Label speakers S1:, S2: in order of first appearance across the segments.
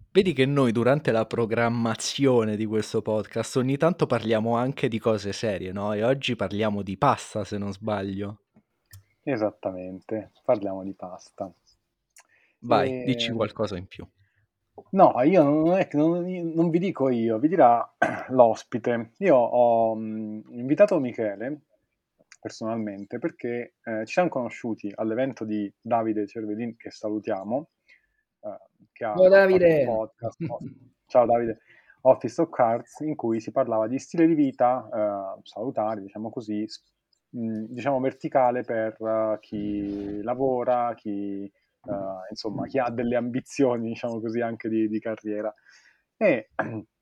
S1: Vedi che noi durante la programmazione di questo podcast ogni tanto parliamo anche di cose serie, no? E oggi parliamo di pasta, se non sbaglio.
S2: Esattamente, parliamo di pasta.
S1: Vai, dici
S2: E...
S1: qualcosa in più.
S2: No, io non è che non vi dico io, vi dirà l'ospite. Io ho invitato Michele personalmente perché ci siamo conosciuti all'evento di Davide Cervedin, che salutiamo, eh,
S3: Ciao
S2: che ha fatto un
S3: Davide.
S2: podcast. Ciao Davide, Office of Cards, in cui si parlava di stile di vita salutare, diciamo così, diciamo verticale per chi lavora, chi insomma, chi ha delle ambizioni, diciamo così, anche di carriera. E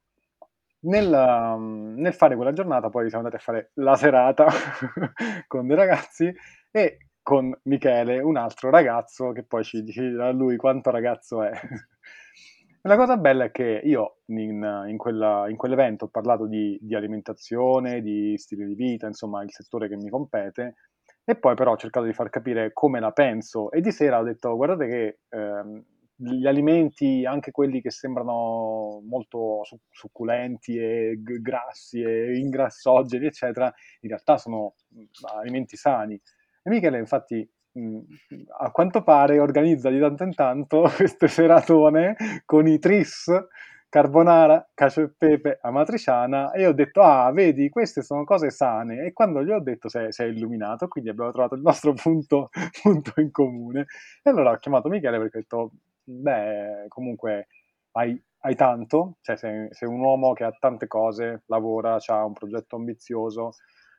S2: nel fare quella giornata poi siamo andati a fare la serata con dei ragazzi e con Michele, un altro ragazzo, che poi ci dirà lui quanto ragazzo è. La cosa bella è che io in quell'evento ho parlato di alimentazione, di stile di vita, insomma, il settore che mi compete, e poi però ho cercato di far capire come la penso e di sera ho detto guardate che gli alimenti, anche quelli che sembrano molto succulenti e grassi e ingrassogeni, eccetera, in realtà sono alimenti sani. E Michele, infatti, a quanto pare organizza di tanto in tanto queste seratone con i tris, carbonara, cacio e pepe, amatriciana, e io ho detto, ah, vedi, queste sono cose sane. E quando gli ho detto si è illuminato, quindi abbiamo trovato il nostro punto in comune. E allora ho chiamato Michele perché ho detto, beh, comunque hai tanto, cioè sei un uomo che ha tante cose, lavora, ha un progetto ambizioso,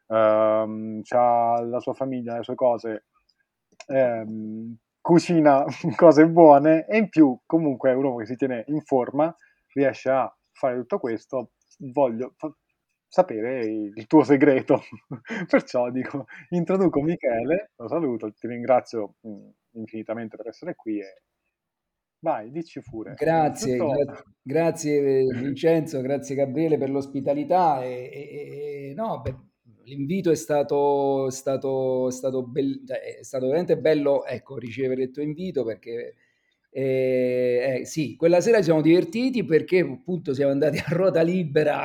S2: ha la sua famiglia, le sue cose, cucina cose buone e in più comunque è un uomo che si tiene in forma, riesce a fare tutto questo, voglio sapere il tuo segreto. Perciò dico, introduco Michele, lo saluto, ti ringrazio infinitamente per essere qui e vai, dici pure.
S3: Grazie,
S2: Innanzitutto,
S3: grazie Vincenzo, grazie Gabriele per l'ospitalità no, beh, l'invito è stato veramente bello, ecco, ricevere il tuo invito perché sì, quella sera ci siamo divertiti perché appunto siamo andati a ruota libera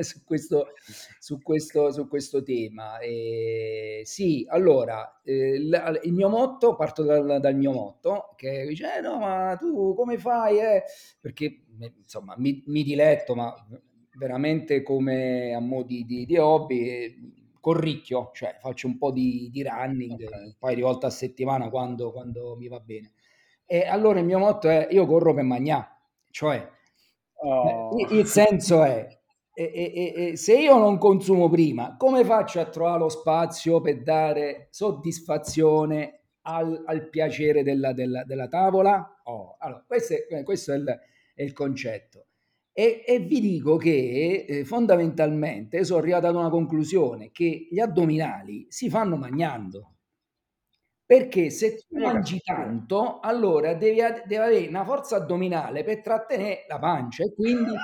S3: su questo tema. Sì, allora, il mio motto, parto dal mio motto, che dice, no, ma tu come fai? Perché insomma mi diletto, ma veramente come a mo' di hobby, corricchio, cioè faccio un po' di running,
S2: ok.
S3: un paio di volte a settimana quando mi va bene. E allora il mio motto è io corro per magnà, cioè
S2: Oh.
S3: il senso è se io non consumo prima, come faccio a trovare lo spazio per dare soddisfazione al piacere della tavola? Oh, allora, questo è il concetto. E vi dico che fondamentalmente sono arrivato ad una conclusione che gli addominali si fanno mangiando. Perché se tu
S2: Spiega,
S3: mangi
S2: spiega.
S3: tanto, allora devi avere una forza addominale per trattenere la pancia e quindi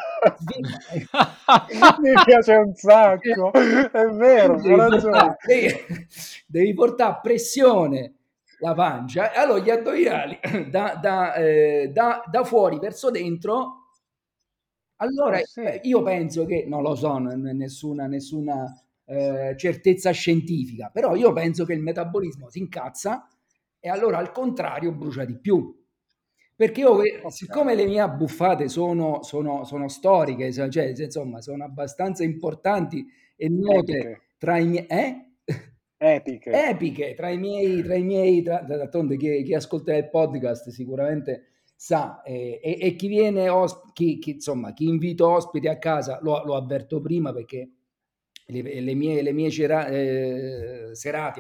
S2: Mi piace un sacco, è
S3: quindi
S2: vero, ha ragione.
S3: devi portare a pressione la pancia e allora gli addominali da fuori verso dentro. Allora,
S2: Ah sì,
S3: io penso che, non lo so, nessuna certezza scientifica, però io penso che il metabolismo si incazza e allora al contrario brucia di più. Perché io,
S2: ok.
S3: siccome le mie abbuffate sono storiche, cioè, insomma, sono abbastanza importanti e
S2: Epiche,
S3: note tra i miei...
S2: epiche.
S3: Epiche d'altronde chi ascolta il podcast sicuramente sa, e chi viene, insomma, chi invito ospiti a casa lo avverto prima perché le mie serate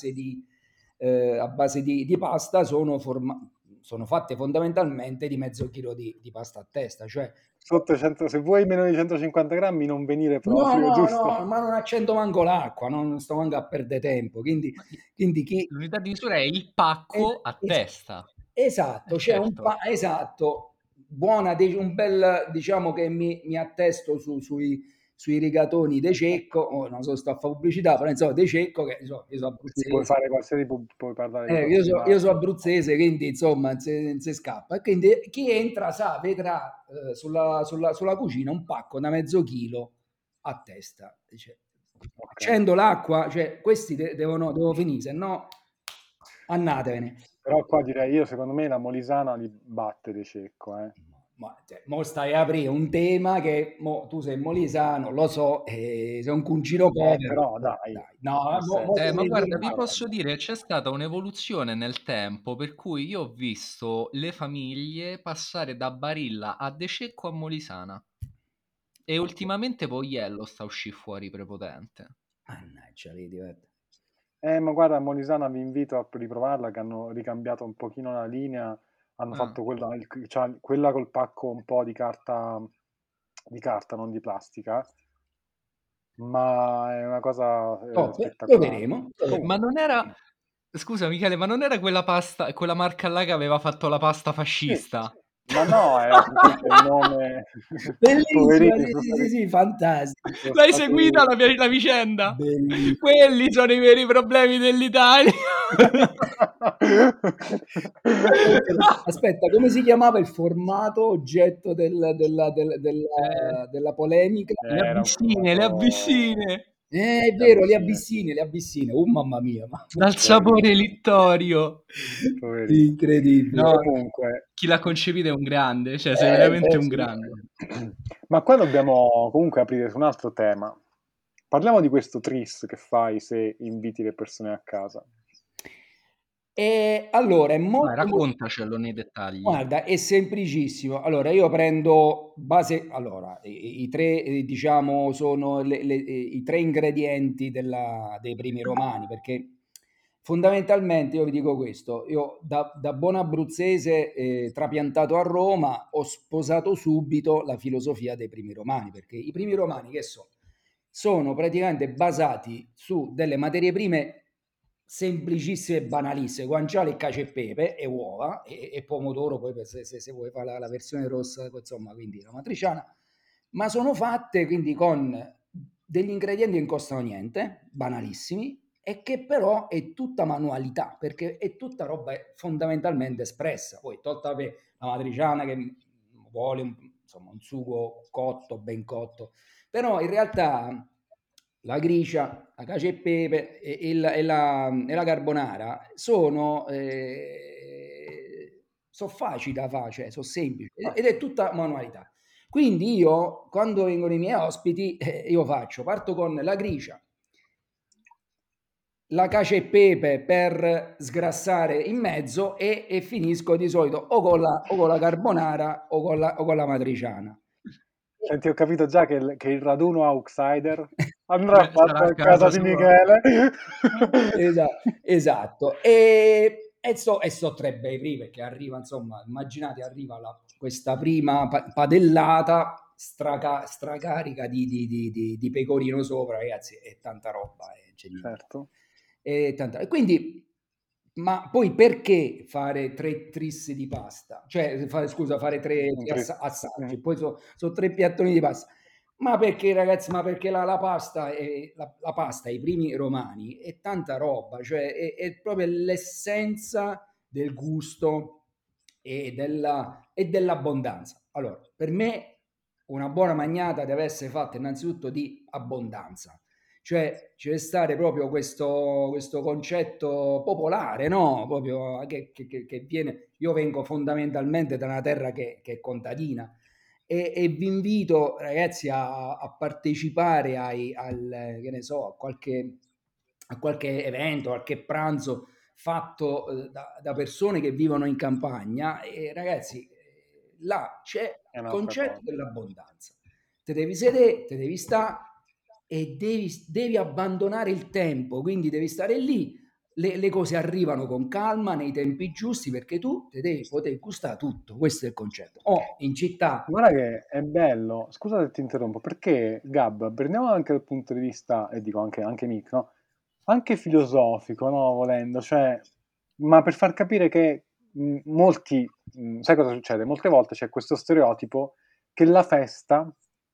S3: a base di pasta sono fatte fondamentalmente di mezzo chilo di pasta a testa, cioè
S2: Sotto 100, se vuoi meno di 150 grammi non venire
S3: no,
S2: proprio,
S3: no,
S2: giusto?
S3: no, ma non accendo manco l'acqua, non sto manco a perdere tempo,
S1: Ma
S3: quindi chi...
S1: l'unità di misura è il pacco a
S3: Es-
S1: testa.
S3: esatto, c'è
S1: Certo.
S3: esatto, buona, un bel, diciamo che mi attesto sui rigatoni De Cecco, non so se sto a fare pubblicità, però insomma De Cecco, che io sono
S2: Sì, puoi
S3: abruzzese.
S2: fare qualsiasi, puoi parlare di
S3: Io
S2: qualsiasi
S3: sono
S2: marca.
S3: abruzzese, quindi insomma non si scappa. E quindi chi entra vedrà sulla cucina un pacco da mezzo chilo a testa. Dice,
S2: Ok.
S3: accendo l'acqua, cioè questi devono finire, se no annatevene.
S2: Però qua direi io, secondo me, la Molisana li batte De Cecco, eh.
S3: Ma mo stai a aprire un tema che tu sei molisano, lo so, sei un cugino povero.
S2: Però dai,
S3: Dai, no,
S2: nel senso.
S1: Ma
S3: devi
S1: guarda,
S3: dire
S1: vi
S3: male.
S1: posso dire, c'è stata un'evoluzione nel tempo, per cui io ho visto le famiglie passare da Barilla a De Cecco a Molisana. E ultimamente Poiello sta uscì fuori prepotente.
S3: Mannaggia, vedi, guarda.
S2: Ma guarda, Molisana vi invito a riprovarla, che hanno ricambiato un pochino la linea, hanno fatto quella, cioè, quella col pacco un po' di carta, non di plastica, ma è una cosa
S3: Top, lo
S2: spettacolare.
S3: vedremo.
S1: Ma non era... Scusa Michele, ma non era quella pasta, quella marca là che aveva fatto la pasta
S2: Sì,
S1: fascista?
S2: ma no, era semplicemente il nome.
S3: Bellissima,
S2: Poverini,
S3: sì, fantastico.
S2: sono
S1: L'hai
S2: stati...
S1: seguita la vicenda?
S3: Bellissimo.
S1: Quelli sono i veri problemi dell'Italia.
S3: Aspetta, come si chiamava il formato oggetto
S1: Eh,
S3: della polemica?
S1: le
S2: Era un
S1: abissine, le
S2: formato...
S1: abissine.
S3: È
S2: Le
S3: vero,
S2: abissine,
S3: le abissine. Oh mamma mia,
S1: Dal sapore
S2: poverini,
S1: littorio.
S2: poverini.
S3: incredibile.
S1: No,
S2: Comunque,
S1: chi l'ha concepita è un grande, cioè sei veramente un
S3: Sì.
S1: grande.
S2: ma qua dobbiamo comunque aprire su un altro tema. Parliamo di questo tris che fai se inviti le persone a casa.
S3: E allora è
S1: Vai,
S3: molto,
S1: raccontacelo nei dettagli.
S3: guarda, è semplicissimo. Allora, io prendo base, allora, i tre, diciamo, sono i tre ingredienti dei primi romani, perché fondamentalmente io vi dico questo, io da buon abruzzese trapiantato a Roma ho sposato subito la filosofia dei primi romani, perché i primi romani che sono praticamente basati su delle materie prime semplicissime e banalissime, guanciale, cacio e pepe e uova e pomodoro, poi se vuoi fare la versione rossa, insomma, quindi la matriciana, ma sono fatte quindi con degli ingredienti che non costano niente, banalissimi, e che però è tutta manualità, perché è tutta roba fondamentalmente espressa. Poi tolta la matriciana che vuole insomma, un sugo cotto, ben cotto, però in realtà la gricia, la cacio e pepe e la carbonara sono facili da fare, cioè sono semplici ed è tutta manualità. Quindi io, quando vengono i miei ospiti, io parto con la gricia, la cacio e pepe per sgrassare in mezzo e finisco di solito o con la carbonara o con la matriciana.
S2: Senti, ho capito già che il raduno outsider andrà
S1: Sarà
S2: fatto
S1: a
S2: a casa
S1: casa
S2: di
S1: sua.
S2: Michele.
S3: Esatto. E so tre bei primi perché arriva, insomma, immaginate, arriva questa prima padellata stracarica di pecorino sopra, ragazzi, è tanta roba, c'è di tutto.
S2: Certo.
S3: E quindi, ma poi perché fare tre tris di pasta? Cioè, fare tre
S2: Un tris.
S3: assaggi, poi sono tre piattoni di pasta. Ma perché, ragazzi, ma perché la pasta, la pasta, i primi romani, è tanta roba, cioè è proprio l'essenza del gusto e dell'abbondanza. Allora, per me una buona magnata deve essere fatta innanzitutto di abbondanza, cioè ci deve stare proprio questo concetto popolare, no? Proprio che viene, io vengo fondamentalmente da una terra che è contadina e vi invito ragazzi a partecipare che ne so, a qualche evento, qualche pranzo fatto da persone che vivono in campagna e ragazzi là c'è
S2: È
S3: il
S2: un'altra
S3: concetto
S2: cosa.
S3: dell'abbondanza. Te devi sedere, te devi stare e devi abbandonare il tempo, quindi devi stare lì. Le cose arrivano con calma, nei tempi giusti, perché tu te devi poter gustare tutto. Questo è il concetto. In città.
S2: Guarda che è bello, scusa se ti interrompo, perché Gab, prendiamo anche dal punto di vista, e dico anche Nick, no? Anche filosofico, no? Volendo, cioè, ma per far capire che molti, sai cosa succede? Molte volte c'è questo stereotipo che la festa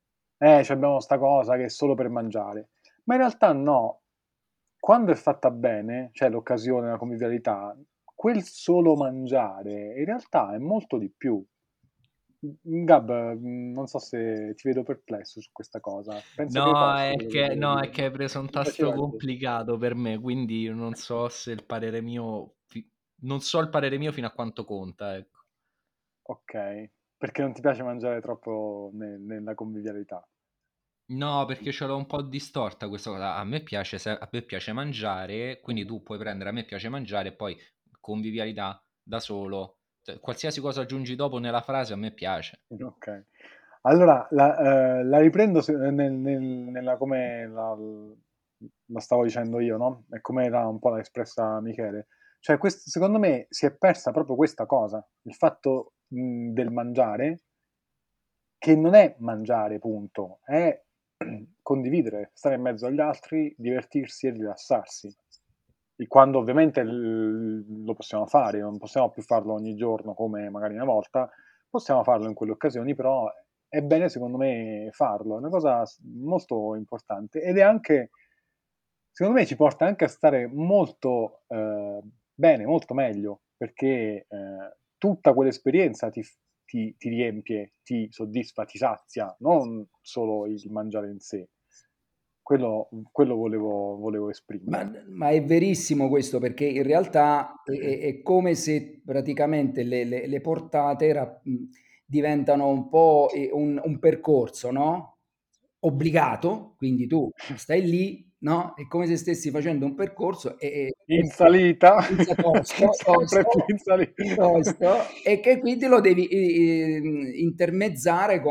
S2: abbiamo sta cosa che è solo per mangiare. Ma in realtà no. Quando è fatta bene, cioè l'occasione, la convivialità, quel solo mangiare in realtà è molto di più. Gab, non so se ti vedo perplesso su questa cosa. Penso che hai
S1: No,
S2: perso
S1: è
S2: quello che
S1: che,
S2: volevo
S1: no, è
S2: dire.
S1: che hai preso un
S2: Mi
S1: tasto
S2: faceva così.
S1: complicato per me, quindi non so se il parere mio... Non so il parere mio fino a quanto conta, ecco.
S2: Ok, perché non ti piace mangiare troppo nella convivialità.
S1: No, perché ce l'ho un po' distorta questa cosa. A me piace, a me piace mangiare, quindi
S2: Mhm.
S1: tu puoi prendere a me piace mangiare e poi convivialità da solo. Cioè, qualsiasi cosa aggiungi dopo nella frase a me piace.
S2: Ok. Allora, la riprendo nella come la stavo dicendo io, no? E come un po' l'ha espressa Michele. Cioè, secondo me si è persa proprio questa cosa, il fatto del mangiare, che non è mangiare, punto, è condividere, stare in mezzo agli altri, divertirsi e rilassarsi. E quando ovviamente lo possiamo fare, non possiamo più farlo ogni giorno come magari una volta, possiamo farlo in quelle occasioni, però è bene secondo me farlo, è una cosa molto importante ed è anche, secondo me ci porta anche a stare molto bene, molto meglio, perché tutta quell'esperienza ti riempie, ti soddisfa, ti sazia, non solo il mangiare in sé. Quello volevo esprimere.
S3: Ma è verissimo questo perché in realtà è come se praticamente le portate diventano un po' un percorso, no? Obbligato, quindi tu stai lì, no? È come se stessi facendo un percorso
S2: In salita,
S3: tosto,
S2: sempre più in salita.
S3: tosto, e che quindi lo devi intermezzare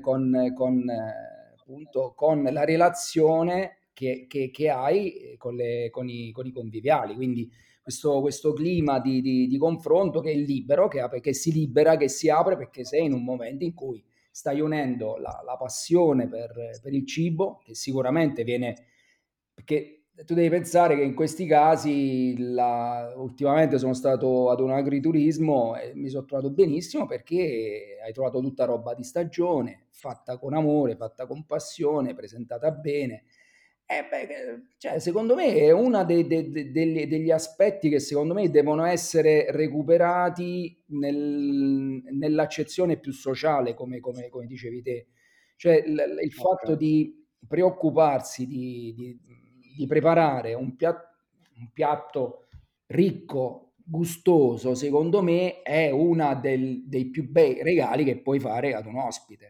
S3: appunto, con la relazione che hai con i conviviali. Quindi questo clima di confronto che è libero, che si libera, che si apre perché sei in un momento in cui stai unendo la passione per il cibo, che sicuramente viene, perché tu devi pensare che in questi casi, ultimamente sono stato ad un agriturismo e mi sono trovato benissimo perché hai trovato tutta roba di stagione, fatta con amore, fatta con passione, presentata bene. E beh, cioè, secondo me è uno degli aspetti che secondo me devono essere recuperati nell'accezione più sociale, come dicevi te. Cioè il
S2: Ok.
S3: fatto di preoccuparsi di preparare un piatto ricco, gustoso, secondo me è uno dei più bei regali che puoi fare ad un ospite.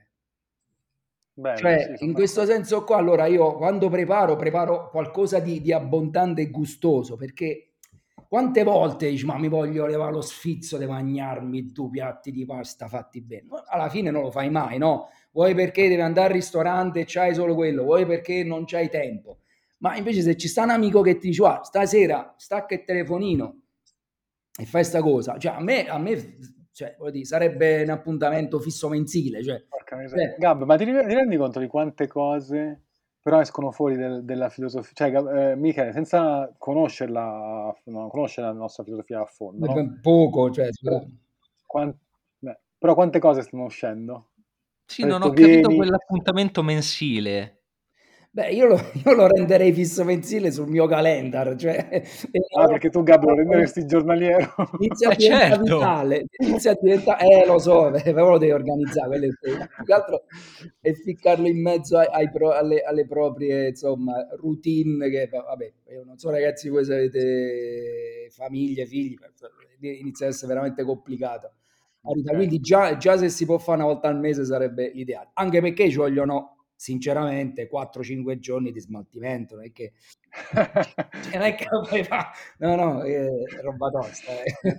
S2: Bello, sì,
S3: Cioè,
S2: sono
S3: in questo
S2: d'accordo.
S3: senso qua, allora io quando preparo qualcosa di abbondante e gustoso, perché quante volte dici, ma mi voglio levare lo sfizio di mangiarmi due piatti di pasta fatti bene. Ma alla fine non lo fai mai, no? Vuoi perché devi andare al ristorante e c'hai solo quello, vuoi perché non c'hai tempo. Ma invece se ci sta un amico che ti dice, ah, stasera stacca il telefonino e fai sta cosa, cioè a me cioè, voglio dire, sarebbe un appuntamento fisso mensile,
S2: Porca miseria.
S3: cioè,
S2: Gab, ma ti rendi conto di quante cose però escono fuori della filosofia? Cioè, Michele, senza conoscerla, non conoscere la nostra filosofia a fondo, no?
S3: poco, cioè,
S2: Però, quan- però quante cose stanno uscendo?
S1: Sì,
S2: Hai
S1: non
S2: detto
S1: ho capito
S2: vieni...
S1: quell'appuntamento mensile.
S3: beh, io lo renderei fisso mensile sul mio calendar, cioè,
S2: Ah, perché tu, Gab, lo renderesti giornaliero?
S3: inizia a diventare
S1: Certo!
S3: vitale, inizia a diventare, lo so, però lo devi organizzare, più che altro è ficcarlo in mezzo alle proprie, insomma, routine, che vabbè, io non so ragazzi voi se avete famiglie, figli, inizia ad essere veramente complicato.
S2: Ok.
S3: Quindi già se si può fare una volta al mese sarebbe l'ideale, anche perché ci vogliono sinceramente 4-5 giorni di smaltimento, non è che lo puoi fare, no, no, è roba tosta.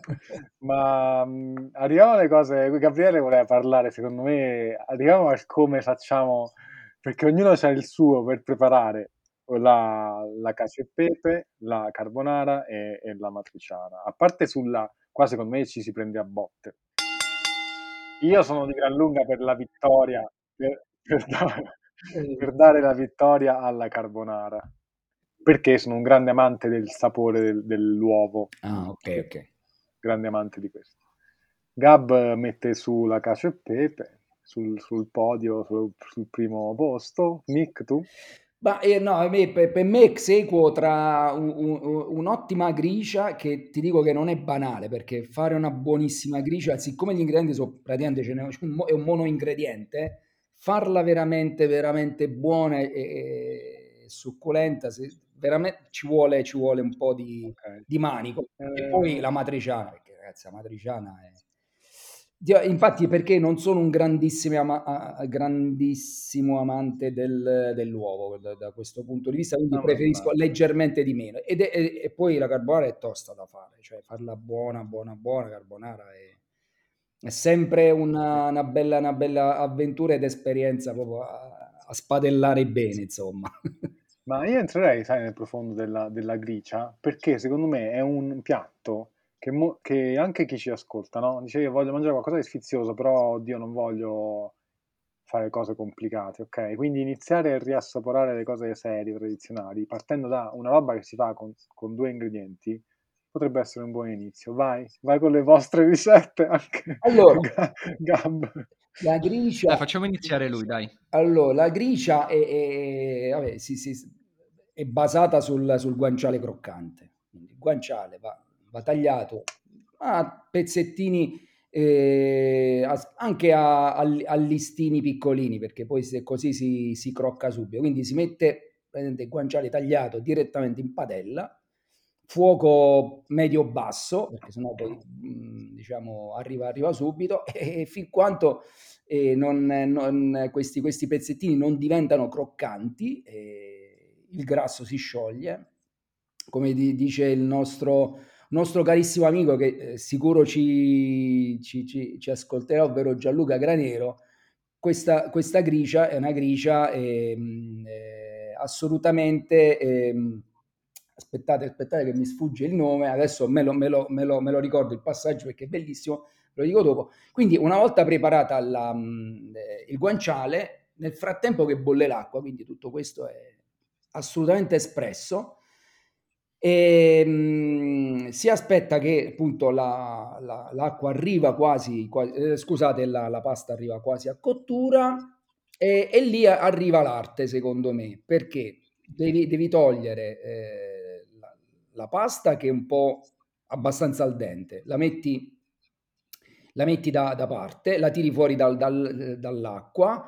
S2: Ma arriviamo alle cose. Gabriele voleva parlare, secondo me, arriviamo al come facciamo, perché ognuno ha il suo per preparare la cacio e pepe, la carbonara e la matriciana. A parte qua secondo me ci si prende a botte. Io sono di gran lunga per la vittoria, per dare la vittoria alla carbonara, perché sono un grande amante del sapore dell'uovo,
S3: Ah, ok, ok.
S2: grande amante di questo. Gab mette su la cacio e pepe. sul podio, sul primo posto. Nick, tu?
S3: Ma no, per me ex aequo tra un'ottima gricia, che ti dico che non è banale, perché fare una buonissima gricia, siccome gli ingredienti sono praticamente, è un mono ingrediente, farla veramente, veramente buona e succulenta, veramente ci vuole un po'
S2: Ok.
S3: di manico. E poi la matriciana, perché ragazzi, la matriciana è... Infatti, perché non sono un grandissimo amante dell'uovo da questo punto di vista, quindi
S2: Ah, ma
S3: preferisco
S2: infatti.
S3: leggermente di meno. E poi la carbonara è tosta da fare, cioè farla buona, buona, buona carbonara è sempre
S2: Sì.
S3: una bella avventura ed esperienza proprio a spadellare bene, insomma.
S2: Ma io entrerei, sai, nel profondo della gricia, perché secondo me è un piatto che anche chi ci ascolta, no? Dice io voglio mangiare qualcosa di sfizioso, però oddio non voglio fare cose complicate, ok? Quindi iniziare a riassaporare le cose serie, tradizionali, partendo da una roba che si fa con due ingredienti, potrebbe essere un buon inizio. Vai con le vostre ricette anche,
S3: Allora,
S2: Gab.
S3: la
S1: Dai,
S3: gricia.
S1: facciamo iniziare lui, dai.
S3: Allora, la gricia vabbè, è basata sul guanciale croccante. Quindi il guanciale va tagliato a pezzettini, anche a listini piccolini, perché poi se così si crocca subito. Quindi si mette praticamente il guanciale tagliato direttamente in padella, fuoco medio-basso, perché sennò poi diciamo arriva subito, e fin quanto questi pezzettini non diventano croccanti, il grasso si scioglie, come dice il nostro carissimo amico che sicuro ci ascolterà, ovvero Gianluca Granero. Questa gricia è una gricia assolutamente... aspettate che mi sfugge il nome, adesso me lo ricordo il passaggio perché è bellissimo, ve lo dico dopo. Quindi una volta preparata il guanciale, nel frattempo che bolle l'acqua, quindi tutto questo è assolutamente espresso, e si aspetta che appunto l'acqua arriva scusate, la pasta arriva quasi a cottura, e lì arriva l'arte secondo me, perché devi togliere la pasta che è un po' abbastanza al dente, la metti da parte, la tiri fuori dall'acqua,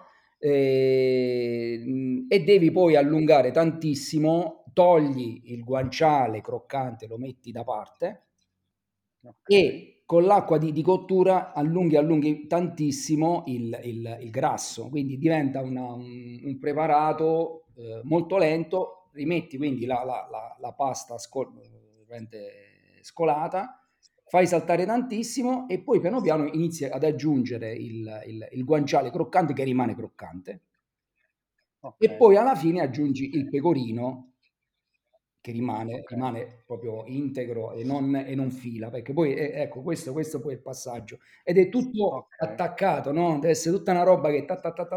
S3: e devi poi allungare tantissimo, togli il guanciale croccante, lo metti da parte
S2: Ok,
S3: e con l'acqua di cottura allunghi tantissimo il grasso, quindi diventa un preparato molto lento, rimetti quindi la pasta ovviamente scolata, fai saltare tantissimo e poi piano piano inizi ad aggiungere il guanciale croccante che rimane croccante
S2: ok,
S3: e poi alla fine aggiungi il pecorino che
S2: ok,
S3: rimane proprio integro e non fila, perché poi ecco, questo poi è il passaggio. Ed è tutto
S2: ok.
S3: attaccato, no? Deve essere tutta una roba che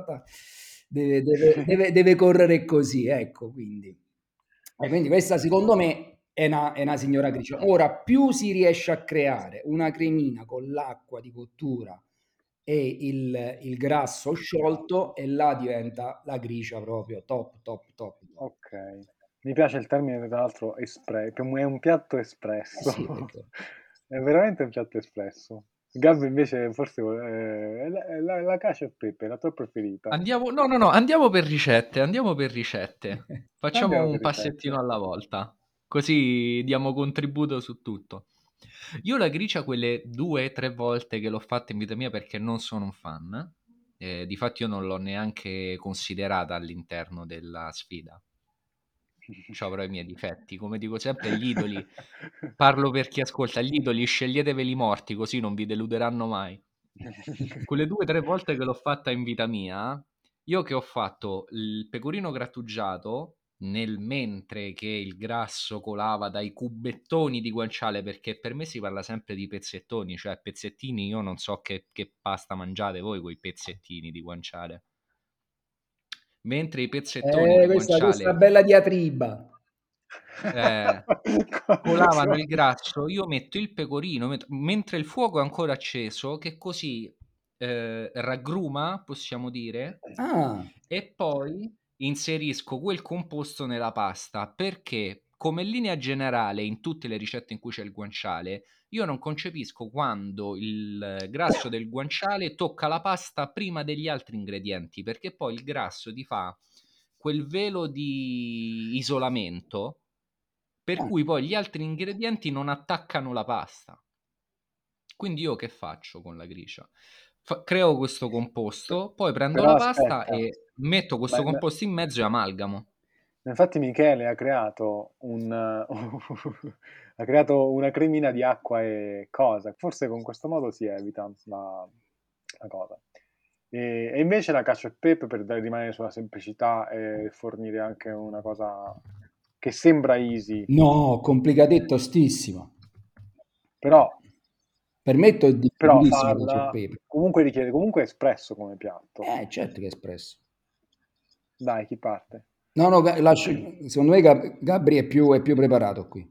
S3: deve correre così, ecco, quindi. E quindi questa secondo me è una signora gricia. Ora, più si riesce a creare una cremina con l'acqua di cottura e il grasso sciolto, e là diventa la gricia proprio top, top, top, top.
S2: Ok, mi piace il termine tra l'altro è un piatto
S3: Eh
S2: espresso,
S3: sì, perché...
S2: è veramente un piatto espresso. Gabbo invece forse è la cacio e pepe, la tua preferita.
S1: Andiamo, no, no, no, andiamo per ricette, andiamo per ricette. Facciamo
S2: Andiamo per
S1: un passettino
S2: ricette.
S1: alla volta, così diamo contributo su tutto. Io la gricia quelle 2 o 3 volte che l'ho fatta in vita mia perché non sono un fan, difatti io non l'ho neanche considerata all'interno della sfida. C'ho però i miei difetti, come dico sempre, gli idoli, parlo per chi ascolta, gli idoli sceglieteveli morti così non vi deluderanno mai. Quelle 2 o 3 volte che l'ho fatta in vita mia, io che ho fatto il pecorino grattugiato nel mentre che il grasso colava dai cubettoni di guanciale, perché per me si parla sempre di pezzettoni, cioè pezzettini, io non so che pasta mangiate voi con i pezzettini di guanciale. Mentre i pezzettoni di
S3: Questa
S1: guanciale
S3: bella diatriba.
S1: eh, colavano il grasso, io metto il pecorino mentre il fuoco è ancora acceso, che così raggruma, possiamo dire,
S3: Ah,
S1: e poi inserisco quel composto nella pasta perché, come linea generale, in tutte le ricette in cui c'è il guanciale, io non concepisco quando il grasso del guanciale tocca la pasta prima degli altri ingredienti, perché poi il grasso ti fa quel velo di isolamento per
S3: ah,
S1: cui poi gli altri ingredienti non attaccano la pasta. Quindi io che faccio con la gricia? Creo questo composto, poi prendo
S2: Però
S1: la pasta
S2: aspetta,
S1: e metto questo
S2: ma
S1: composto in mezzo e amalgamo.
S2: infatti Michele ha creato ha creato una cremina di acqua e cosa. Forse con questo modo si evita la cosa. E invece la cacio e pepe per rimanere sulla semplicità e fornire anche una cosa che sembra easy,
S3: no, complicatezza tostissima.
S2: però,
S3: Per me è
S2: però
S3: difficilissimo cacio e
S2: farla
S3: pepe.
S2: comunque richiede, comunque è espresso come piatto.
S3: Certo che è espresso.
S2: Dai, chi parte?
S3: No, no, secondo me Gabri è più preparato qui.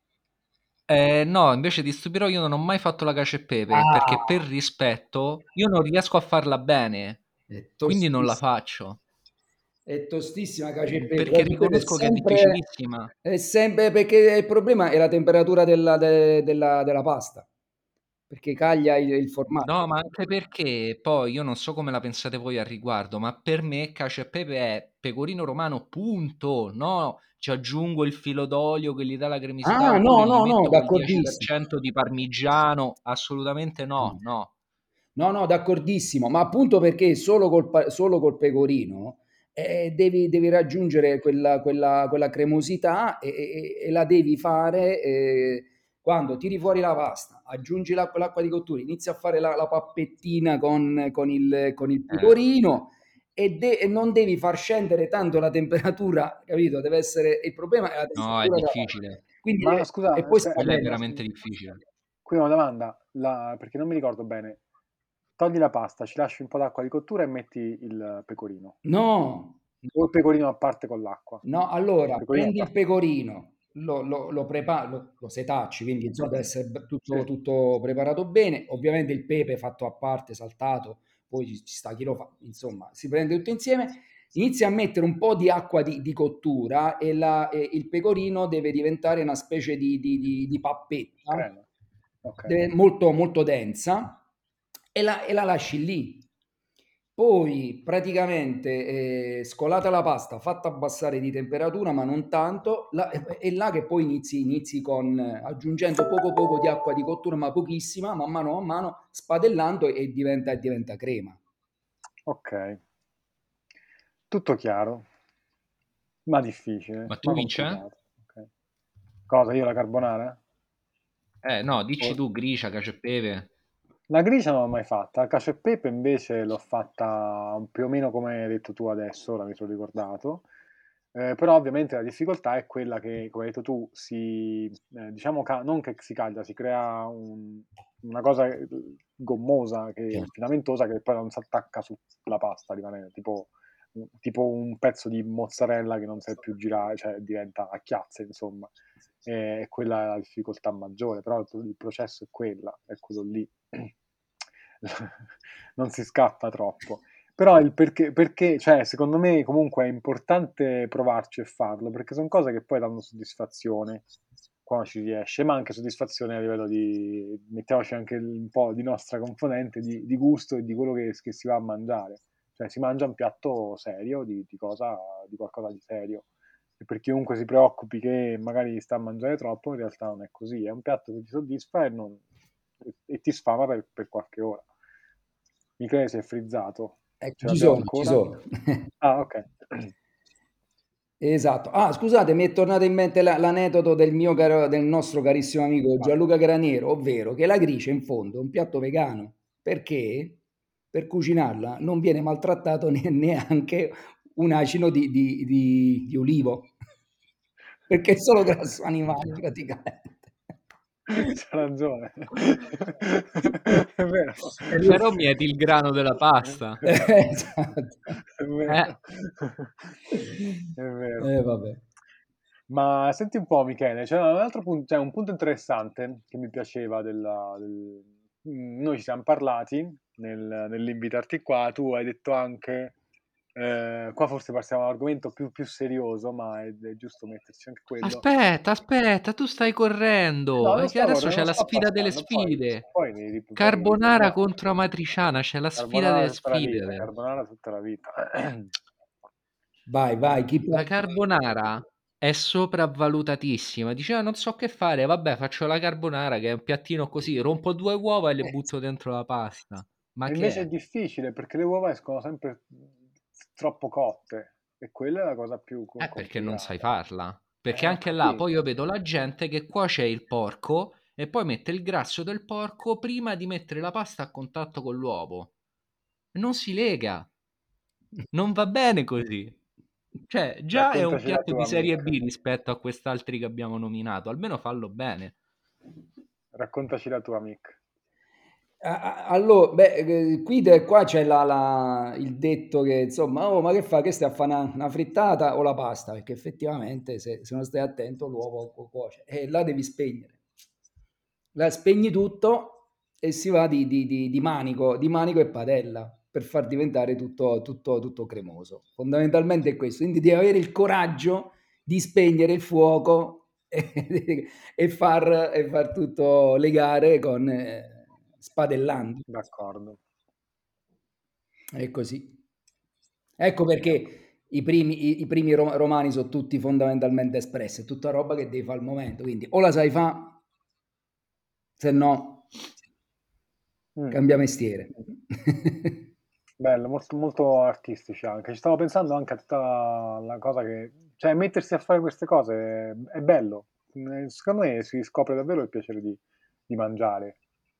S1: No, invece ti stupirò, io non ho mai fatto la cacio e pepe
S3: Ah,
S1: perché per rispetto io non riesco a farla bene,
S3: è
S1: quindi non la
S3: tostissima.
S1: faccio
S3: È tostissima cacio e pepe.
S1: perché
S3: Cacio e pepe
S1: riconosco che è difficilissima.
S3: è sempre perché il problema è la temperatura della pasta, perché caglia il
S1: No,
S3: formaggio.
S1: ma anche perché poi io non so come la pensate voi al riguardo, ma per me cacio e pepe è pecorino romano, punto. No, ci aggiungo il filo d'olio che gli dà la cremosità
S3: Ah, no,
S1: oppure gli
S3: no, no,
S1: metto quel
S3: d'accordissimo.
S1: 10% di parmigiano. Assolutamente no,
S3: No.
S1: no.
S3: No, no, d'accordissimo, ma appunto perché solo col pecorino devi raggiungere quella cremosità e la devi fare quando tiri fuori la pasta, aggiungi l'acqua di cottura, inizi a fare la pappettina con il
S1: Eh,
S3: pecorino e non devi far scendere tanto la temperatura, capito? Deve essere, il problema è la
S1: no, è
S3: temperatura della pasta.
S1: difficile.
S3: Quindi
S2: Ma
S3: e
S2: scusa,
S3: poi
S1: Quello è
S3: scadendo.
S1: veramente difficile.
S2: qui una domanda, perché non mi ricordo bene. Togli la pasta, ci lasci un po' d'acqua di cottura e metti il pecorino.
S3: No,
S2: O il pecorino a parte con l'acqua.
S3: no, allora
S2: Pecorino a
S3: prendi il
S2: parte.
S3: pecorino, lo prepari, lo setacci, quindi insomma deve essere
S2: Sì,
S3: tutto preparato bene. Ovviamente il pepe fatto a parte, saltato, poi ci sta chi lo fa, insomma, si prende tutto insieme. Inizia a mettere un po' di acqua di cottura e il pecorino deve diventare una specie di pappetta,
S2: crema. Ok.
S3: molto, molto densa, e la lasci lì. Poi praticamente scolata la pasta, fatta abbassare di temperatura, ma non tanto, è là che poi inizi con aggiungendo poco poco di acqua di cottura, ma pochissima, man mano, spadellando e diventa crema.
S2: Ok. Tutto chiaro, ma difficile,
S1: Ma tu
S2: ma
S1: vince?
S2: complicato. Ok. Cosa, io la carbonara?
S1: No, dici
S2: O-
S1: tu gricia, cacio e pepe.
S2: La grigia non l'ho mai fatta, la cacio e pepe invece l'ho fatta più o meno come hai detto tu adesso, ora mi sono ricordato. Però ovviamente la difficoltà è quella che, come hai detto tu, diciamo non che si caglia, si crea una cosa gommosa,
S3: Certo.
S2: filamentosa, che poi non si attacca sulla pasta, rimane tipo un pezzo di mozzarella che non sai più girare, cioè diventa a chiazze, insomma. E quella è la difficoltà maggiore, però il processo è quello lì. Non si scappa troppo. Però il perché, cioè, secondo me comunque è importante provarci e farlo, perché sono cose che poi danno soddisfazione quando ci riesce, ma anche soddisfazione a livello di, mettiamoci anche un po' di nostra componente di gusto e di quello che si va a mangiare. Cioè si mangia un piatto serio di qualcosa di serio. E per chiunque si preoccupi che magari sta a mangiare troppo, in realtà non è così. È un piatto che ti soddisfa e ti sfama per qualche ora. Michele si è frizzato. Ce
S3: Ci
S2: l'abbiamo
S3: sono, ci
S2: ancora?
S3: sono.
S2: Ah, ok.
S3: Esatto. Ah, scusate, mi è tornato in mente l'aneddoto del nostro carissimo amico
S2: Vai.
S3: Gianluca Graniero, ovvero che la gricia in fondo è un piatto vegano perché per cucinarla non viene maltrattato neanche un acino di ulivo, perché è solo grasso animale praticamente.
S2: C'ha ragione. È vero.
S1: Però mieti il grano della pasta.
S3: Esatto.
S2: È
S1: Eh,
S2: vero. È vero.
S3: Vabbè.
S2: Ma senti un po', Michele, c'è un altro punto, un punto interessante che mi piaceva noi ci siamo parlati nell'invitarti qua. Tu hai detto anche, qua forse passiamo all'argomento più serioso, ma è giusto metterci anche quello.
S1: Aspetta, tu stai correndo.
S2: No,
S1: È
S2: non
S1: che
S2: sto
S1: adesso
S2: correndo,
S1: c'è
S2: non
S1: la
S2: sto
S1: sfida delle
S2: passando,
S1: sfide.
S2: poi mi
S1: Carbonara
S2: riprendiamo.
S1: contro Amatriciana, c'è la sfida
S2: Carbonara
S1: delle
S2: tutta la vita,
S1: sfide.
S2: carbonara tutta la vita.
S3: Vai, chi
S1: La
S3: parte?
S1: carbonara è sopravvalutatissima. Diceva, non so che fare, vabbè, faccio la carbonara che è un piattino così, rompo 2 uova e le butto dentro la pasta. Ma
S2: E
S1: che
S2: invece è
S1: è?
S2: difficile perché le uova escono sempre troppo cotte e quella è la cosa più
S1: Perché non sai
S2: complicata.
S1: farla. Perché
S2: Ho
S1: anche là, poi io
S2: capito.
S1: vedo la gente che cuoce il porco e poi mette il grasso del porco prima di mettere la pasta a contatto con l'uovo. Non si lega, non va bene così. Cioè, già è un
S2: Raccontaci la
S1: piatto di
S2: tua,
S1: serie
S2: Mick.
S1: B rispetto a quest'altri che abbiamo nominato, almeno fallo bene.
S2: Raccontaci la tua, Mick.
S3: Allora, qua c'è il detto che insomma, oh, ma che fa? Che stai a fare una frittata o la pasta? Perché effettivamente se non stai attento l'uovo cuoce e là devi spegnere. La spegni tutto e si va di manico e padella per far diventare tutto cremoso. Fondamentalmente è questo, quindi devi avere il coraggio di spegnere il fuoco e far tutto legare con spadellando.
S2: D'accordo.
S3: È così. Ecco perché i primi romani sono tutti fondamentalmente espressi, è tutta roba che devi fare al momento, quindi o la sai fa, se no
S2: Mm.
S3: cambia mestiere.
S2: Bello, molto, molto artistici anche. Ci stavo pensando anche a tutta la cosa che... Cioè, mettersi a fare queste cose è bello. Secondo me si scopre davvero il piacere di mangiare,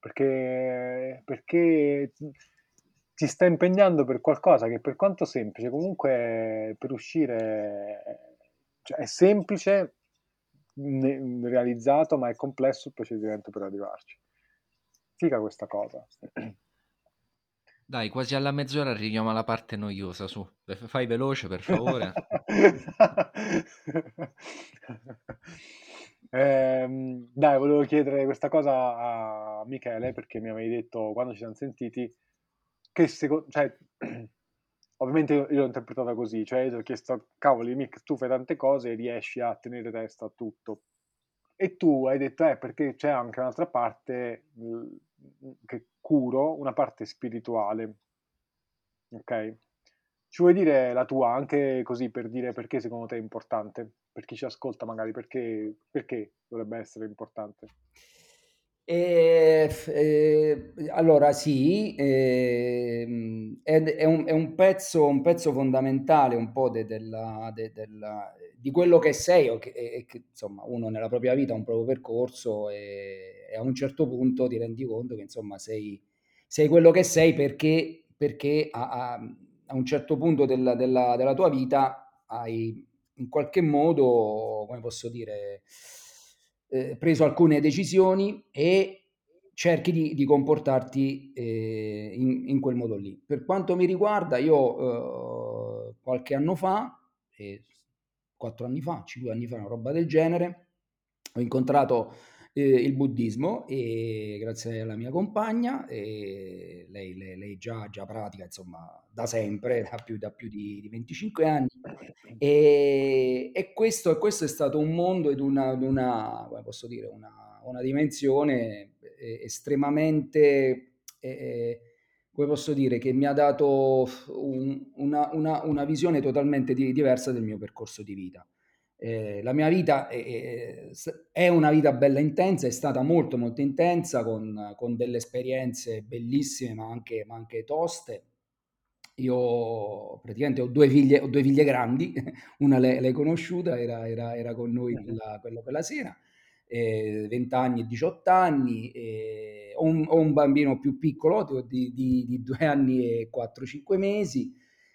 S2: perché ti stai impegnando per qualcosa che per quanto semplice, comunque per uscire... Cioè, è semplice realizzato, ma è complesso il procedimento per arrivarci. Figa questa cosa.
S1: Dai, quasi alla mezz'ora arriviamo alla parte noiosa, su. Fai veloce, per favore.
S2: Dai, volevo chiedere questa cosa a Michele perché mi avevi detto quando ci siamo sentiti che cioè, ovviamente io l'ho interpretata così, cioè io ti ho chiesto, cavoli, Mick, tu fai tante cose e riesci a tenere testa a tutto. E tu hai detto, perché c'è anche un'altra parte che curo, una parte spirituale. Ok? Ci vuoi dire la tua anche così per dire perché secondo te è importante? Per chi ci ascolta magari, perché dovrebbe essere importante?
S3: Allora sì, è un pezzo fondamentale un po' di quello che sei, che, insomma uno nella propria vita ha un proprio percorso e a un certo punto ti rendi conto che insomma sei quello che sei perché a un certo punto della tua vita hai in qualche modo, come posso dire, preso alcune decisioni e cerchi di comportarti in quel modo lì. Per quanto mi riguarda, io qualche anno fa, 4 anni fa, 5 anni fa, una roba del genere, ho incontrato il buddismo e grazie alla mia compagna, e lei già pratica insomma da sempre, da più di 25 anni. E questo è stato un mondo ed come posso dire, una dimensione estremamente, come posso dire, che mi ha dato una visione totalmente diversa del mio percorso di vita. La mia vita è una vita bella intensa, è stata molto molto intensa con delle esperienze bellissime ma anche toste. Io praticamente ho due figlie grandi, una l'hai conosciuta, era con noi
S2: Mhm.
S3: quella sera, 20 anni e 18 anni, ho un bambino più piccolo di 2 anni e 4-5 mesi,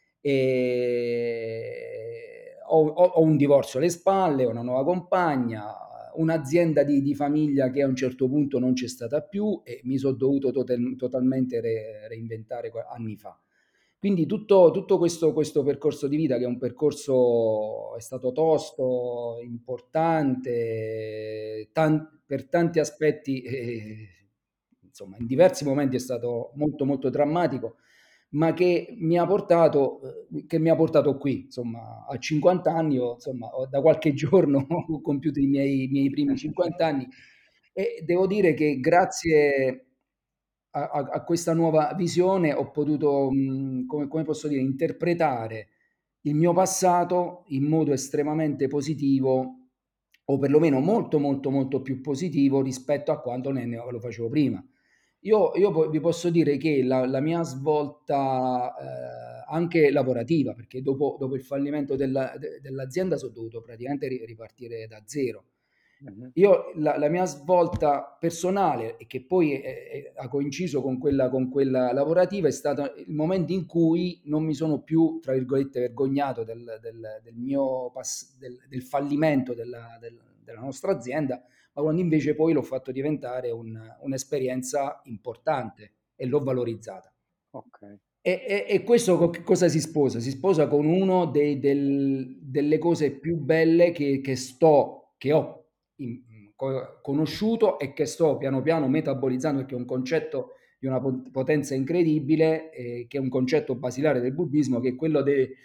S3: ho un divorzio alle spalle, ho una nuova compagna, un'azienda di famiglia che a un certo punto non c'è stata più e mi sono dovuto totalmente reinventare anni fa. Quindi tutto questo percorso di vita, che è stato tosto, importante, per tanti aspetti insomma, in diversi momenti è stato molto molto drammatico, ma che mi ha portato qui, insomma, a 50 anni, insomma, da qualche giorno ho compiuto i miei primi 50 anni e devo dire che grazie a questa nuova visione ho potuto, come posso dire, interpretare il mio passato in modo estremamente positivo o perlomeno molto molto molto più positivo rispetto a quanto lo facevo prima. Io vi posso dire che la mia svolta anche lavorativa, perché dopo il fallimento dell'azienda sono dovuto praticamente ripartire da zero. Io la mia svolta personale, e che poi ha coinciso con quella lavorativa, è stato il momento in cui non mi sono più, tra virgolette, vergognato del fallimento della nostra azienda, ma quando invece poi l'ho fatto diventare un'esperienza importante e l'ho valorizzata.
S2: Ok.
S3: E questo con che cosa si sposa? Si sposa con uno delle cose più belle che ho conosciuto e che sto piano piano metabolizzando, perché è un concetto di una potenza incredibile, che è un concetto basilare del buddismo, che è quello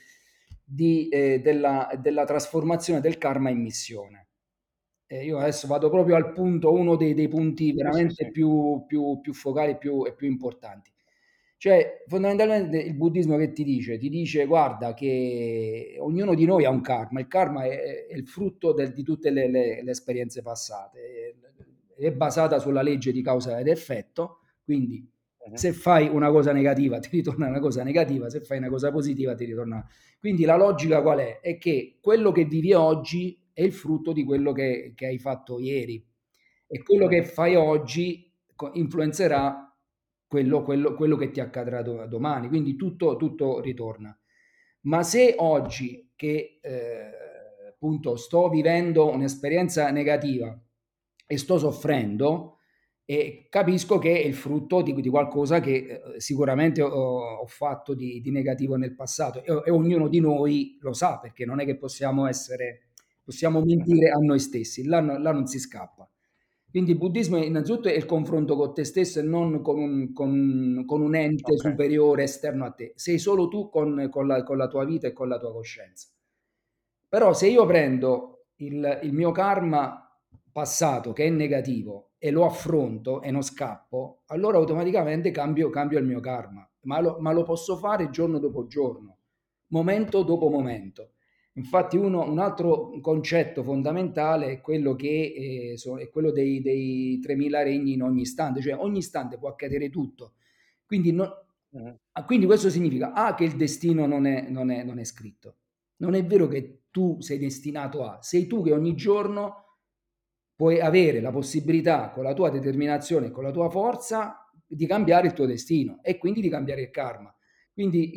S3: della trasformazione del karma in missione. Io adesso vado proprio al punto, uno dei punti veramente
S2: Sì.
S3: più focali e più importanti. Cioè, fondamentalmente il buddismo che ti dice? Ti dice, guarda, che ognuno di noi ha un karma, il karma è il frutto di tutte le esperienze passate, è basata sulla legge di causa ed effetto, quindi se fai una cosa negativa ti ritorna una cosa negativa, se fai una cosa positiva ti ritorna. Quindi la logica qual è? È che quello che vivi oggi è il frutto di quello che hai fatto ieri e quello che fai oggi influenzerà quello che ti accadrà domani, quindi tutto ritorna. Ma se oggi che appunto sto vivendo un'esperienza negativa e sto soffrendo, e capisco che è il frutto di qualcosa che sicuramente ho fatto di negativo nel passato e ognuno di noi lo sa, perché non è che possiamo mentire a noi stessi, là non si scappa. Quindi il buddismo innanzitutto è il confronto con te stesso e non con un ente superiore esterno a te. Sei solo tu con la tua vita e con la tua coscienza. Però se io prendo il mio karma passato che è negativo e lo affronto e non scappo, allora automaticamente cambio il mio karma, ma lo posso fare giorno dopo giorno, momento dopo momento. Infatti un altro concetto fondamentale è quello è quello dei 3000 regni in ogni istante, cioè ogni istante può accadere tutto. Quindi, quindi questo significa che il destino non è scritto. Non è vero che tu sei destinato sei tu che ogni giorno puoi avere la possibilità, con la tua determinazione e con la tua forza, di cambiare il tuo destino e quindi di cambiare il karma. Quindi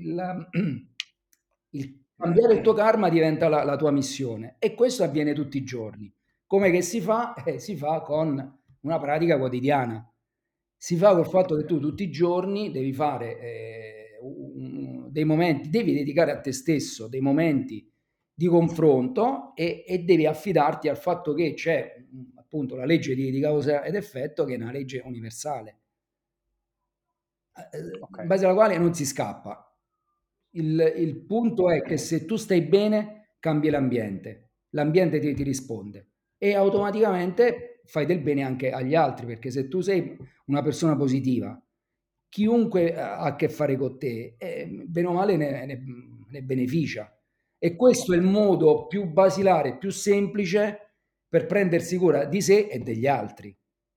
S3: il cambiare il tuo karma diventa la tua missione e questo avviene tutti i giorni. Come che si fa? Si fa con una pratica quotidiana. Si fa col fatto che tu tutti i giorni devi fare dei momenti, devi dedicare a te stesso dei momenti di confronto e devi affidarti al fatto che c'è appunto la legge di causa ed effetto, che è una legge universale, in base alla quale non si scappa. Il punto è che se tu stai bene, cambi l'ambiente ti risponde e automaticamente fai del bene anche agli altri, perché se tu sei una persona positiva, chiunque ha a che fare con te, bene o male ne beneficia. E questo è il modo più basilare, più semplice per prendersi cura di sé e degli altri.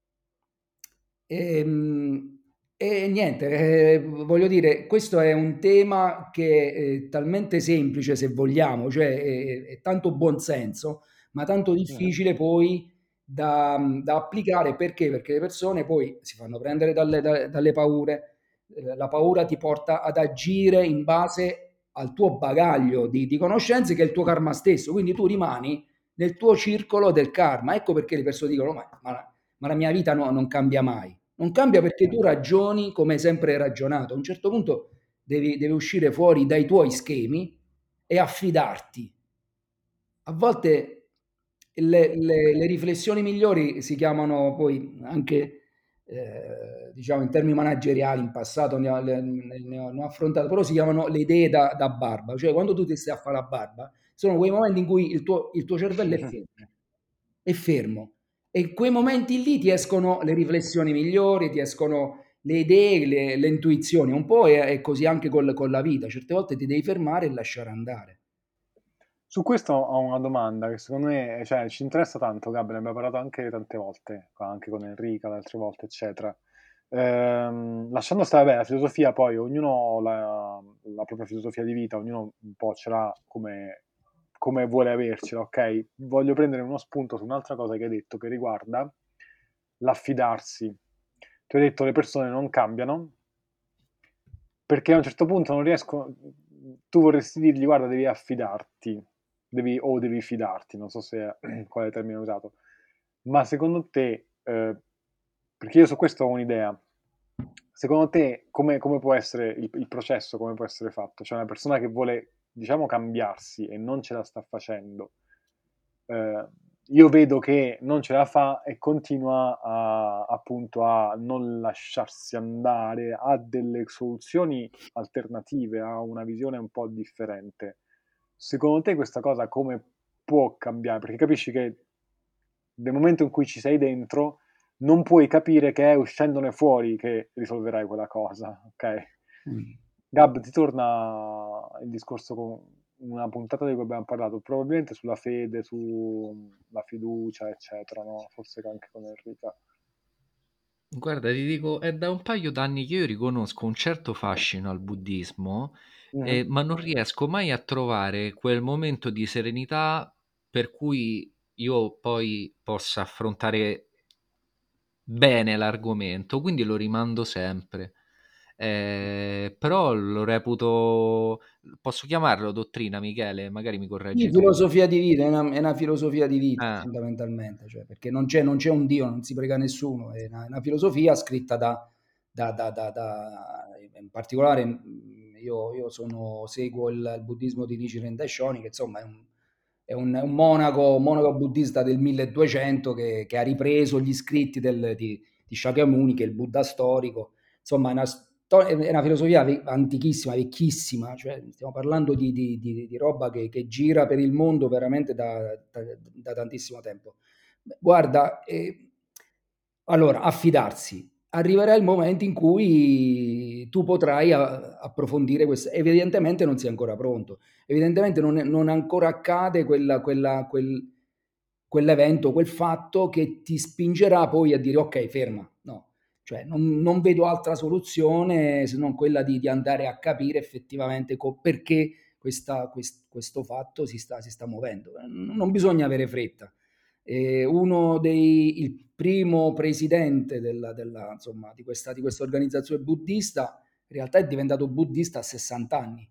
S3: E niente, voglio dire, questo è un tema che è talmente semplice, se vogliamo, cioè è tanto buonsenso, ma tanto difficile poi da applicare. Perché? Perché le persone poi si fanno prendere dalle paure. La paura ti porta ad agire in base al tuo bagaglio di conoscenze, che è il tuo karma stesso. Quindi tu rimani nel tuo circolo del karma. Ecco perché le persone dicono: ma la mia vita non cambia mai. Non cambia perché tu ragioni come hai sempre ragionato. A un certo punto devi uscire fuori dai tuoi schemi e affidarti. A volte le riflessioni migliori si chiamano poi anche diciamo in termini manageriali in passato ne ho affrontato, però si chiamano le idee da barba, cioè quando tu ti stai a fare la barba, sono quei momenti in cui il tuo cervello è fermo, e in quei momenti lì ti escono le riflessioni migliori, ti escono le idee, le intuizioni, un po' è così anche con la vita, certe volte ti devi fermare e lasciare andare.
S2: Su questo ho una domanda che secondo me, cioè, ci interessa tanto, Gabri, ne abbiamo parlato anche tante volte, anche con Enrica, le altre volte, eccetera. Lasciando stare, beh, la filosofia, poi ognuno ha la propria filosofia di vita, ognuno un po' ce l'ha come vuole avercela, ok? Voglio prendere uno spunto su un'altra cosa che hai detto che riguarda l'affidarsi. Tu hai detto le persone non cambiano perché a un certo punto non riesco, tu vorresti dirgli guarda devi affidarti, devi fidarti, non so se quale termine ho usato, ma secondo te, perché io su questo ho un'idea, secondo te come può essere il processo, come può essere fatto? Cioè una persona che vuole, diciamo, cambiarsi e non ce la sta facendo, io vedo che non ce la fa e continua appunto a non lasciarsi andare, a delle soluzioni alternative, a una visione un po' differente. Secondo te questa cosa come può cambiare? Perché capisci che nel momento in cui ci sei dentro non puoi capire che è uscendone fuori che risolverai quella cosa, ok?
S3: Mm.
S2: Gab, ti torna il discorso con una puntata di cui abbiamo parlato, probabilmente sulla fede, sulla fiducia, eccetera, no? Forse anche con Enrica.
S1: Guarda, ti dico, è da un paio d'anni che io riconosco un certo fascino al buddismo,
S2: Mhm.
S1: ma non riesco mai a trovare quel momento di serenità per cui io poi possa affrontare bene l'argomento, quindi lo rimando sempre. Però lo reputo, posso chiamarlo dottrina, Michele? Magari mi
S3: Sì,
S1: correggi tu.
S3: filosofia di vita, è una filosofia di vita
S1: Ah,
S3: fondamentalmente, cioè, perché non c'è un Dio, non si prega nessuno, è una filosofia scritta in particolare io seguo il buddismo di Nichiren Daishonin, che insomma è un monaco buddista del 1200 che ha ripreso gli scritti di Shakyamuni, che è il Buddha storico. Insomma, è una filosofia antichissima, vecchissima, cioè stiamo parlando di roba che gira per il mondo veramente da tantissimo tempo. Guarda, allora, affidarsi. Arriverà il momento in cui tu potrai approfondire questo. Evidentemente non sei ancora pronto, evidentemente non ancora accade quell'evento, quel fatto che ti spingerà poi a dire ok, ferma, no, cioè non vedo altra soluzione se non quella di andare a capire effettivamente perché questo fatto si sta muovendo. Non bisogna avere fretta. Il primo presidente insomma, di questa organizzazione buddista in realtà è diventato buddista a 60 anni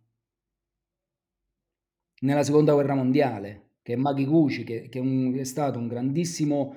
S3: nella seconda guerra mondiale, che è Makiguchi, che è stato un grandissimo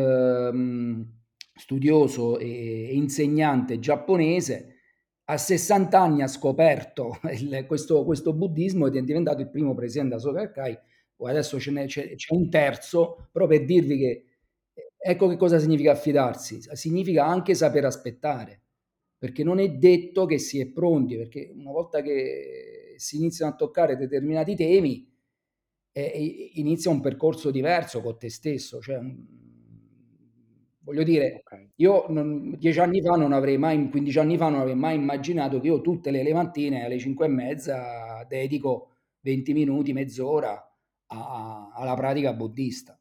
S3: studioso e insegnante giapponese. A 60 anni ha scoperto questo buddismo ed è diventato il primo presidente della Soka Gakkai. Poi adesso c'è un terzo, però per dirvi che ecco che cosa significa affidarsi, significa anche saper aspettare, perché non è detto che si è pronti, perché una volta che si iniziano a toccare determinati temi, inizia un percorso diverso con te stesso. Cioè, voglio dire,
S2: Ok,
S3: io 10 anni fa non avrei mai, 15 anni fa non avrei mai immaginato che io tutte le mattine alle 5:30 dedico 20 minuti, mezz'ora alla pratica buddista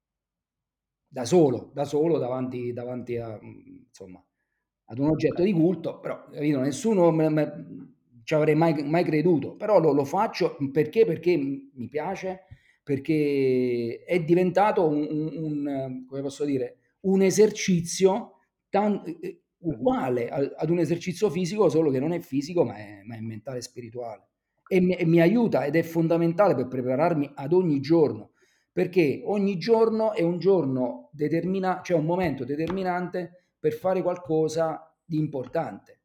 S3: da solo davanti insomma, ad un oggetto di
S2: ok,
S3: culto, però capito, nessuno ci avrei mai creduto, però lo faccio perché mi piace, perché è diventato come posso dire, un esercizio
S2: mhm,
S3: uguale ad un esercizio fisico, solo che non è fisico, ma è mentale e spirituale. E mi aiuta ed è fondamentale per prepararmi ad ogni giorno, perché ogni giorno è un giorno cioè un momento determinante per fare qualcosa di importante.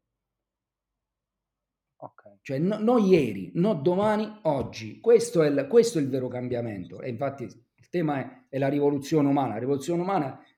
S2: ok,
S3: Cioè non ieri, non domani, oggi. Questo è il vero cambiamento. E infatti il tema è la rivoluzione umana. La rivoluzione umana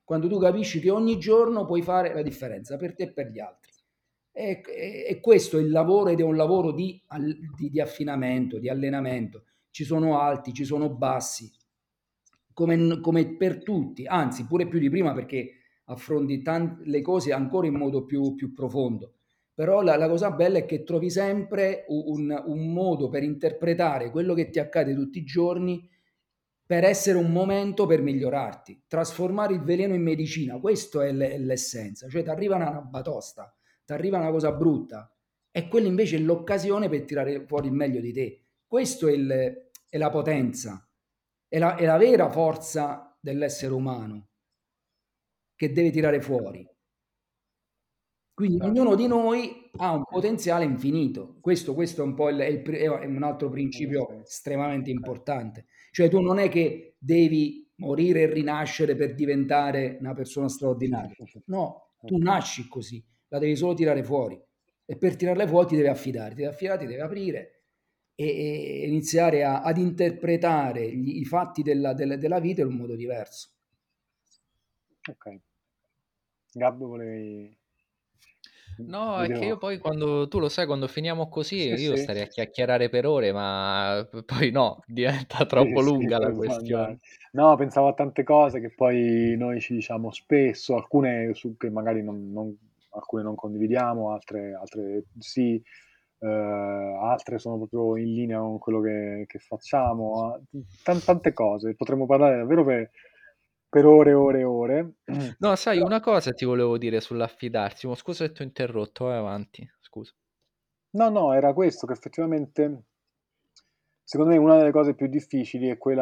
S3: quando tu capisci che ogni giorno puoi fare la differenza per te e per gli altri. E questo è il lavoro, ed è un lavoro di affinamento, di allenamento. Ci sono alti, ci sono bassi, come per tutti, anzi pure più di prima, perché affronti le cose ancora in modo più profondo. Però la cosa bella è che trovi sempre un modo per interpretare quello che ti accade tutti i giorni, per essere un momento per migliorarti, trasformare il veleno in medicina. Questo è l'essenza. Cioè ti arriva una batosta, ti arriva una cosa brutta, e quella invece è l'occasione per tirare fuori il meglio di te. Questo è la potenza, è la vera forza dell'essere umano, che deve tirare fuori. Quindi
S2: Certo.
S3: ognuno di noi ha un potenziale infinito. Questo è un po' è un altro principio
S2: Sì.
S3: estremamente
S2: Ok.
S3: importante. Cioè tu non è che devi morire e rinascere per diventare una persona straordinaria. No, tu
S2: Ok.
S3: nasci così, la devi solo tirare fuori. E per tirarla fuori ti devi affidare, ti devi aprire e iniziare ad interpretare i fatti della vita in un modo diverso.
S2: Ok. Gab, volevi...
S1: No, è che io
S2: Vedevo...
S1: poi quando, tu lo sai, quando finiamo così,
S2: Sì,
S1: io
S2: sì.
S1: starei a chiacchierare per ore, ma poi no, diventa
S2: Sì,
S1: troppo
S2: sì,
S1: lunga la
S2: poi può andare.
S1: questione.
S2: No, pensavo a tante cose che poi noi ci diciamo spesso, alcune che magari alcune non condividiamo, altre sì, altre sono proprio in linea con quello che facciamo, tante cose. Potremmo parlare davvero per ore e ore e ore.
S1: No, sai,
S2: Però,
S1: una cosa ti volevo dire sull'affidarsi, ma scusa se ti ho interrotto, vai avanti, scusa.
S2: no, no, era questo che effettivamente, secondo me, una delle cose più difficili è quella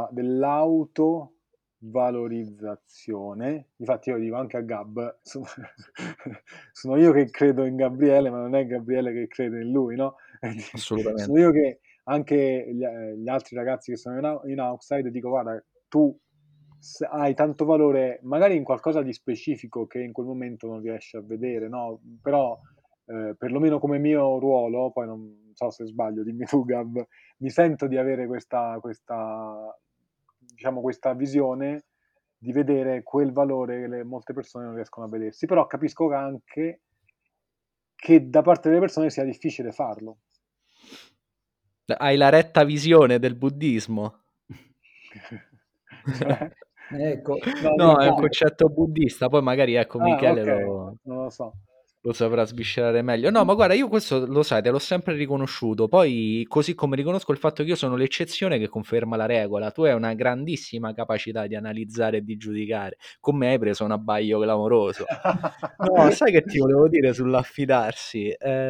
S2: dell'autovalorizzazione. Infatti io dico anche a Gab, sono io che credo in Gabriele, ma non è Gabriele che crede in lui, no? Sono
S1: Assolutamente.
S2: io che anche gli altri ragazzi che sono in outside dico, guarda, tu hai tanto valore magari in qualcosa di specifico che in quel momento non riesci a vedere, no? Però perlomeno come mio ruolo, poi non so se sbaglio, dimmi tu Gab, mi sento di avere diciamo, questa visione di vedere quel valore che molte persone non riescono a vedersi, però capisco anche che da parte delle persone sia difficile farlo.
S1: Hai la retta visione del buddismo?
S2: Cioè,
S3: Ecco,
S2: no,
S1: No,
S2: dimmi,
S1: è un
S2: dimmi.
S1: concetto buddista, poi magari ecco
S2: Ah,
S1: Michele
S2: ok, non lo so.
S1: lo saprà sviscerare meglio. No, ma guarda, io questo lo sai, te l'ho sempre riconosciuto. Poi, così come riconosco il fatto che io sono l'eccezione che conferma la regola, tu hai una grandissima capacità di analizzare e di giudicare. Con me hai preso un abbaglio clamoroso. No, sai che ti volevo dire sull'affidarsi?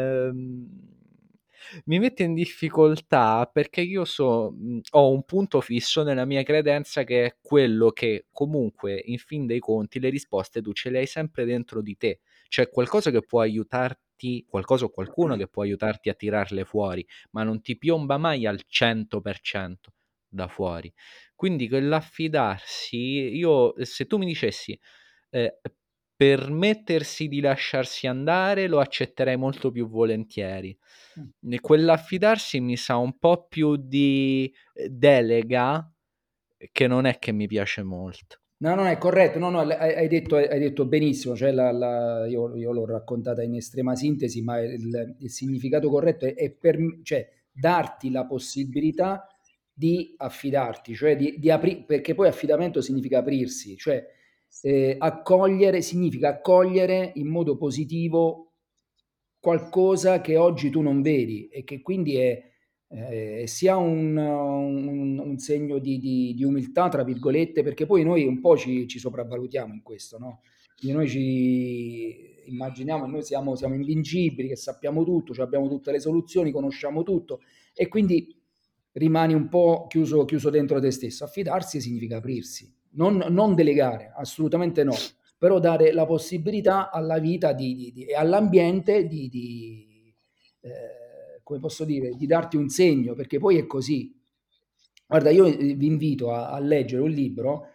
S1: Mi mette in difficoltà perché io ho un punto fisso nella mia credenza che è quello che comunque, in fin dei conti, le risposte tu ce le hai sempre dentro di te. C'è qualcosa che può aiutarti, qualcosa o qualcuno che può aiutarti a tirarle fuori, ma non ti piomba mai al 100% da fuori. Quindi quell'affidarsi, io, se tu mi dicessi, eh, permettersi di lasciarsi andare, lo accetterei molto più volentieri. E quell'affidarsi mi sa un po' più di delega, che non è che mi piace molto.
S3: no, no, è corretto, no, no, hai detto benissimo, cioè io l'ho raccontata in estrema sintesi, ma il significato corretto cioè, darti la possibilità di affidarti, cioè perché poi affidamento significa aprirsi, cioè accogliere, significa accogliere in modo positivo qualcosa che oggi tu non vedi e che quindi è sia un segno di umiltà, tra virgolette, perché poi noi un po' ci sopravvalutiamo in questo, no? Quindi noi ci immaginiamo che noi siamo invincibili, che sappiamo tutto, cioè abbiamo tutte le soluzioni, conosciamo tutto, e quindi rimani un po' chiuso dentro te stesso. Affidarsi significa aprirsi, non delegare, assolutamente no, però dare la possibilità alla vita e all'ambiente come posso dire, di darti un segno, perché poi è così. Guarda, io vi invito a leggere un libro,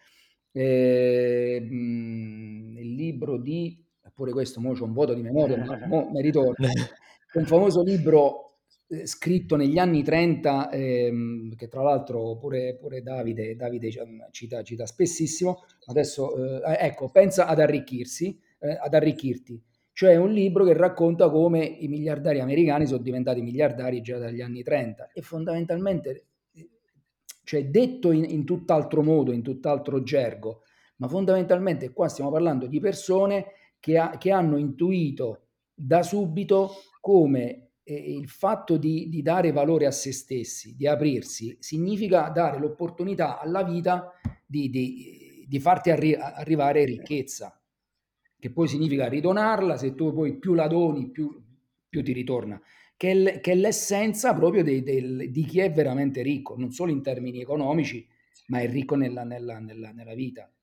S3: il libro pure questo, mo c'ho un vuoto di memoria, ma mo mi ritorno, un famoso libro scritto negli anni 30, che tra l'altro pure Davide cita spessissimo. Adesso, ecco, pensa ad arricchirsi, ad arricchirti. Cioè è un libro che racconta come i miliardari americani sono diventati miliardari già dagli anni 30 e fondamentalmente, cioè detto in tutt'altro modo, in tutt'altro gergo, ma fondamentalmente qua stiamo parlando di persone che hanno intuito da subito come il fatto di dare valore a se stessi, di aprirsi, significa dare l'opportunità alla vita di farti arrivare ricchezza, che poi significa ridonarla, se tu poi più la doni, più ti ritorna, che è l'essenza proprio di chi è veramente ricco, non solo in termini economici, ma è ricco nella vita.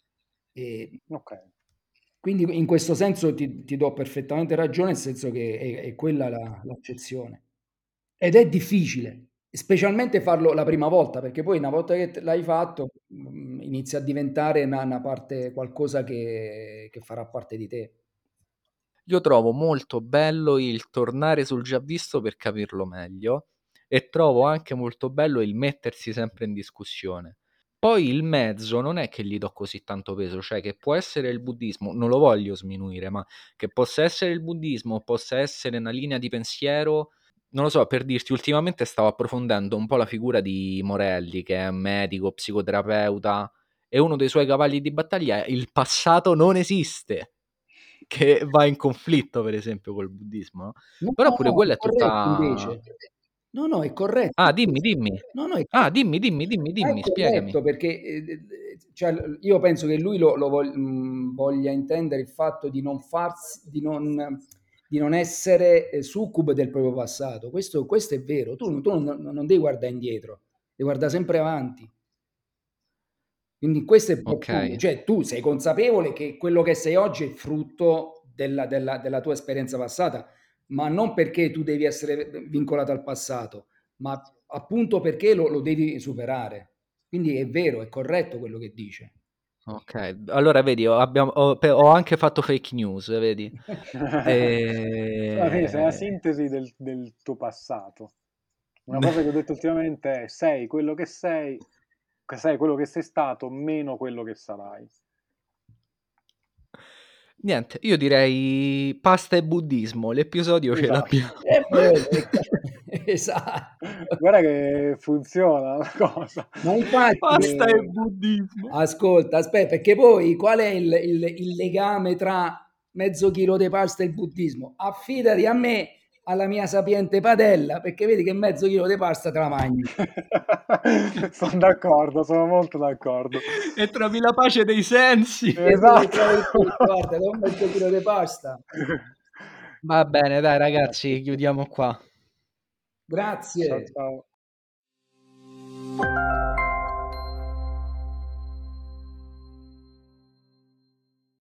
S3: E
S2: Ok.
S3: quindi in questo senso ti do perfettamente ragione, nel senso che è quella l'accezione. Ed è difficile, specialmente farlo la prima volta, perché poi una volta che l'hai fatto, inizia a diventare una parte, qualcosa che farà parte di te.
S1: Io trovo molto bello il tornare sul già visto per capirlo meglio e trovo anche molto bello il mettersi sempre in discussione. Poi il mezzo non è che gli do così tanto peso, cioè che può essere il buddismo, non lo voglio sminuire, ma che possa essere il buddismo, possa essere una linea di pensiero, non lo so, per dirti, ultimamente stavo approfondendo un po' la figura di Morelli, che è un medico, psicoterapeuta, e uno dei suoi cavalli di battaglia è il passato non esiste, che va in conflitto, per esempio, col buddismo, no?
S3: No,
S1: Però
S3: no,
S1: pure
S3: no, è
S1: quella è
S3: corretto
S1: tutta...
S3: invece. No, no, è corretto.
S1: Ah, dimmi, dimmi.
S3: No, no,
S1: Ah, dimmi,
S3: è
S1: spiegami.
S3: corretto perché cioè, io penso che lui voglia intendere il fatto di non farsi, di non essere succube del proprio passato. Questo è vero. Tu non devi guardare indietro, devi guardare sempre avanti. Quindi questo è
S1: Ok.
S3: profondo, cioè tu sei consapevole che quello che sei oggi è frutto della tua esperienza passata, ma non perché tu devi essere vincolato al passato, ma appunto perché lo devi superare. Quindi è vero, è corretto quello che dice.
S1: Ok, allora vedi, ho anche fatto fake news, vedi?
S2: Alla fine sei una
S1: E...
S2: sintesi del tuo passato. Una cosa che ho detto ultimamente è sei quello che sei quello che sei stato, meno quello che sarai.
S1: Niente, io direi pasta e buddismo, l'episodio ce
S2: Esatto.
S1: l'abbiamo.
S3: È vero, esatto.
S2: Guarda che funziona la cosa.
S3: Ma infatti,
S1: Pasta e buddismo.
S3: ascolta, aspetta, perché poi qual è il legame tra mezzo chilo di pasta e il buddismo? Affidati a me, alla mia sapiente padella, perché vedi che mezzo chilo di pasta te la mangi.
S2: Sono d'accordo, sono molto d'accordo.
S1: E trovi la pace dei sensi.
S3: E dove
S2: Esatto.
S3: trovi tutto? Guarda, da un mezzo chilo di pasta.
S1: Va bene, dai
S2: Perfetto.
S1: ragazzi, chiudiamo qua.
S2: Ciao
S3: Grazie.
S2: ciao.